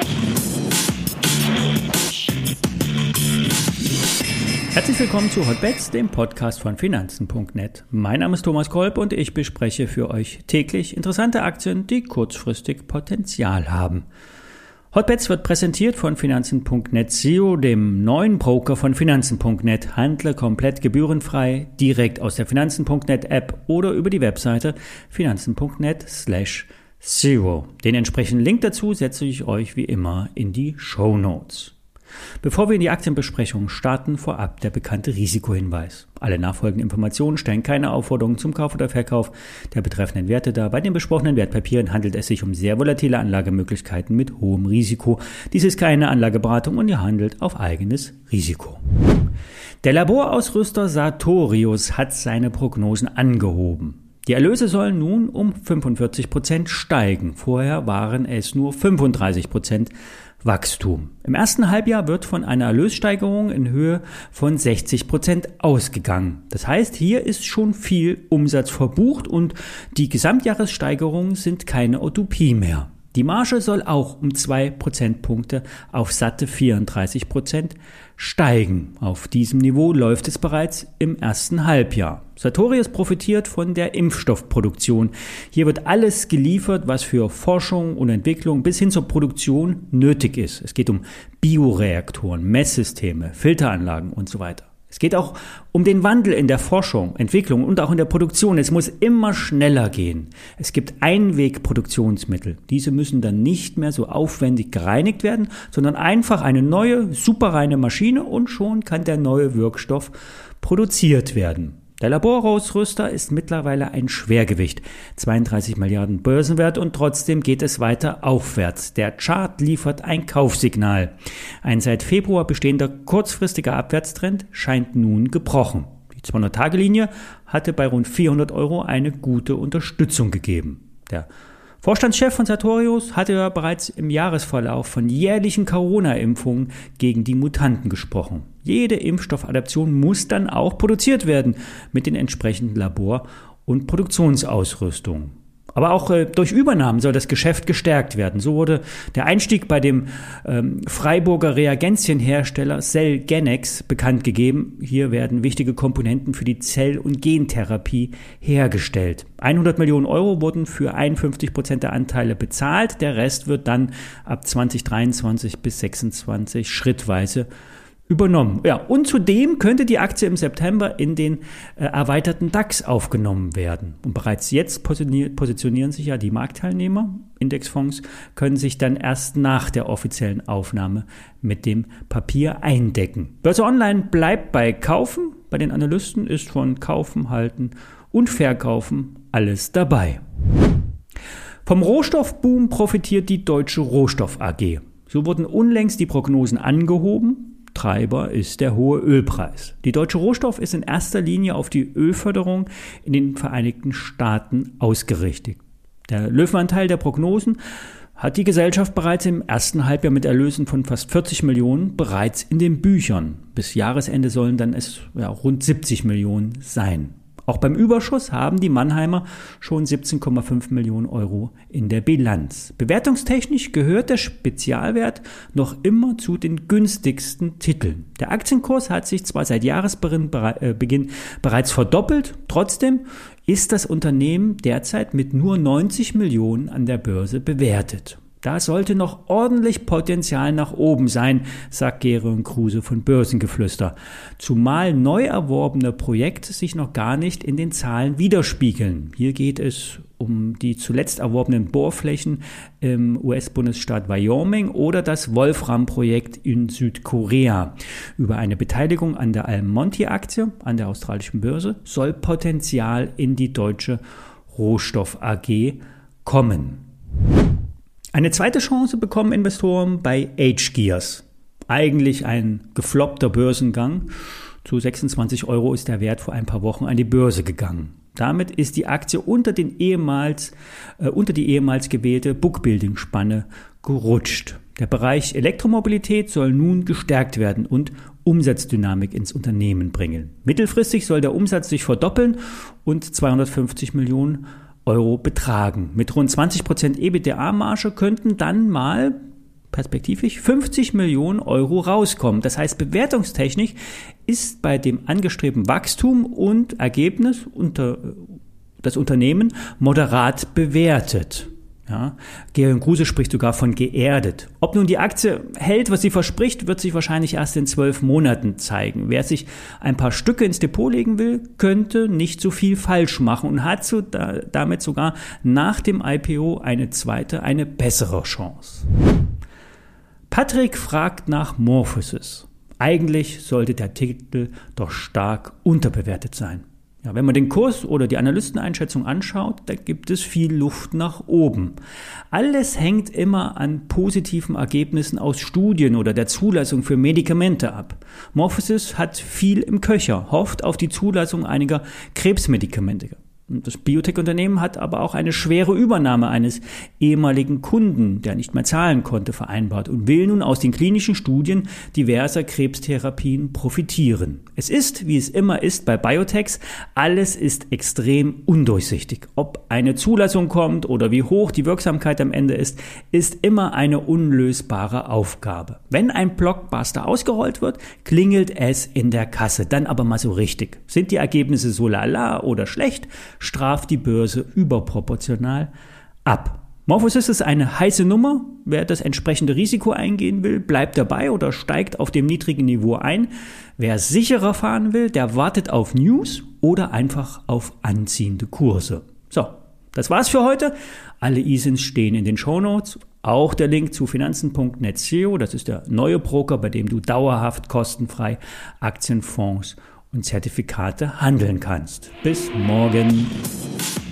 Herzlich willkommen zu Hotbets, dem Podcast von Finanzen.net. Mein Name ist Thomas Kolb und ich bespreche für euch täglich interessante Aktien, die kurzfristig Potenzial haben. Hotbets wird präsentiert von Finanzen.net SEO, dem neuen Broker von Finanzen.net. Handle komplett gebührenfrei, direkt aus der Finanzen.net App oder über die Webseite finanzen.net/SEO. Den entsprechenden Link dazu setze ich euch wie immer in die Shownotes. Bevor wir in die Aktienbesprechung starten, vorab der bekannte Risikohinweis. Alle nachfolgenden Informationen stellen keine Aufforderung zum Kauf oder Verkauf der betreffenden Werte dar. Bei den besprochenen Wertpapieren handelt es sich um sehr volatile Anlagemöglichkeiten mit hohem Risiko. Dies ist keine Anlageberatung und ihr handelt auf eigenes Risiko. Der Laborausrüster Sartorius hat seine Prognosen angehoben. Die Erlöse sollen nun um 45% steigen. Vorher waren es nur 35% Wachstum. Im ersten Halbjahr wird von einer Erlössteigerung in Höhe von 60% ausgegangen. Das heißt, hier ist schon viel Umsatz verbucht und die Gesamtjahressteigerungen sind keine Utopie mehr. Die Marge soll auch um 2 Prozentpunkte auf satte 34% steigen. Auf diesem Niveau läuft es bereits im ersten Halbjahr. Sartorius profitiert von der Impfstoffproduktion. Hier wird alles geliefert, was für Forschung und Entwicklung bis hin zur Produktion nötig ist. Es geht um Bioreaktoren, Messsysteme, Filteranlagen und so weiter. Es geht auch um den Wandel in der Forschung, Entwicklung und auch in der Produktion. Es muss immer schneller gehen. Es gibt Einwegproduktionsmittel. Diese müssen dann nicht mehr so aufwendig gereinigt werden, sondern einfach eine neue, superreine Maschine und schon kann der neue Wirkstoff produziert werden. Der Laborausrüster ist mittlerweile ein Schwergewicht, 32 Milliarden Börsenwert und trotzdem geht es weiter aufwärts. Der Chart liefert ein Kaufsignal. Ein seit Februar bestehender kurzfristiger Abwärtstrend scheint nun gebrochen. Die 200-Tage-Linie hatte bei rund 400 € eine gute Unterstützung gegeben. Der Vorstandschef von Sartorius hatte ja bereits im Jahresverlauf von jährlichen Corona-Impfungen gegen die Mutanten gesprochen. Jede Impfstoffadaption muss dann auch produziert werden mit den entsprechenden Labor- und Produktionsausrüstungen. Aber auch durch Übernahmen soll das Geschäft gestärkt werden. So wurde der Einstieg bei dem Freiburger Reagentienhersteller Cellgenex bekannt gegeben. Hier werden wichtige Komponenten für die Zell- und Gentherapie hergestellt. 100 Millionen € wurden für 51% der Anteile bezahlt. Der Rest wird dann ab 2023 bis 2026 schrittweise übernommen. Ja, und zudem könnte die Aktie im September in den erweiterten DAX aufgenommen werden. Und bereits jetzt positionieren sich ja die Marktteilnehmer. Indexfonds können sich dann erst nach der offiziellen Aufnahme mit dem Papier eindecken. Börse Online bleibt bei Kaufen. Bei den Analysten ist von Kaufen, Halten und Verkaufen alles dabei. Vom Rohstoffboom profitiert die Deutsche Rohstoff AG. So wurden unlängst die Prognosen angehoben. Treiber ist der hohe Ölpreis. Die Deutsche Rohstoff ist in erster Linie auf die Ölförderung in den Vereinigten Staaten ausgerichtet. Der Löwenanteil der Prognosen hat die Gesellschaft bereits im ersten Halbjahr mit Erlösen von fast 40 Millionen bereits in den Büchern. Bis Jahresende sollen dann es rund 70 Millionen sein. Auch beim Überschuss haben die Mannheimer schon 17,5 Millionen € in der Bilanz. Bewertungstechnisch gehört der Spezialwert noch immer zu den günstigsten Titeln. Der Aktienkurs hat sich zwar seit Jahresbeginn bereits verdoppelt, trotzdem ist das Unternehmen derzeit mit nur 90 Millionen an der Börse bewertet. Da sollte noch ordentlich Potenzial nach oben sein, sagt Geron Kruse von Börsengeflüster. Zumal neu erworbene Projekte sich noch gar nicht in den Zahlen widerspiegeln. Hier geht es um die zuletzt erworbenen Bohrflächen im US-Bundesstaat Wyoming oder das Wolfram-Projekt in Südkorea. Über eine Beteiligung an der Almonty-Aktie an der australischen Börse soll Potenzial in die Deutsche Rohstoff AG kommen. Eine zweite Chance bekommen Investoren bei hGears. Eigentlich ein gefloppter Börsengang. Zu 26 € ist der Wert vor ein paar Wochen an die Börse gegangen. Damit ist die Aktie unter die ehemals gewählte Bookbuilding-Spanne gerutscht. Der Bereich Elektromobilität soll nun gestärkt werden und Umsatzdynamik ins Unternehmen bringen. Mittelfristig soll der Umsatz sich verdoppeln und 250 Millionen € betragen. Mit rund 20% EBITDA-Marge könnten dann mal perspektivisch 50 Millionen Euro rauskommen. Das heißt, bewertungstechnisch ist bei dem angestrebten Wachstum und Ergebnis das Unternehmen moderat bewertet. Ja, Georg Kruse spricht sogar von geerdet. Ob nun die Aktie hält, was sie verspricht, wird sich wahrscheinlich erst in 12 Monaten zeigen. Wer sich ein paar Stücke ins Depot legen will, könnte nicht so viel falsch machen und hat damit sogar nach dem IPO eine bessere Chance. Patrick fragt nach Morphosis. Eigentlich sollte der Titel doch stark unterbewertet sein. Ja, wenn man den Kurs oder die Analysteneinschätzung anschaut, da gibt es viel Luft nach oben. Alles hängt immer an positiven Ergebnissen aus Studien oder der Zulassung für Medikamente ab. Morphosis hat viel im Köcher, hofft auf die Zulassung einiger Krebsmedikamente. Das Biotech-Unternehmen hat aber auch eine schwere Übernahme eines ehemaligen Kunden, der nicht mehr zahlen konnte, vereinbart und will nun aus den klinischen Studien diverser Krebstherapien profitieren. Es ist, wie es immer ist bei Biotechs, alles ist extrem undurchsichtig. Ob eine Zulassung kommt oder wie hoch die Wirksamkeit am Ende ist immer eine unlösbare Aufgabe. Wenn ein Blockbuster ausgerollt wird, klingelt es in der Kasse. Dann aber mal so richtig. Sind die Ergebnisse so lala oder schlecht, straft die Börse überproportional ab. Morphosis ist eine heiße Nummer. Wer das entsprechende Risiko eingehen will, bleibt dabei oder steigt auf dem niedrigen Niveau ein. Wer sicherer fahren will, der wartet auf News oder einfach auf anziehende Kurse. So, das war's für heute. Alle ISINs stehen in den Shownotes. Auch der Link zu finanzen.net SEO. Das ist der neue Broker, bei dem du dauerhaft kostenfrei Aktien, Fonds und Zertifikate handeln kannst. Bis morgen.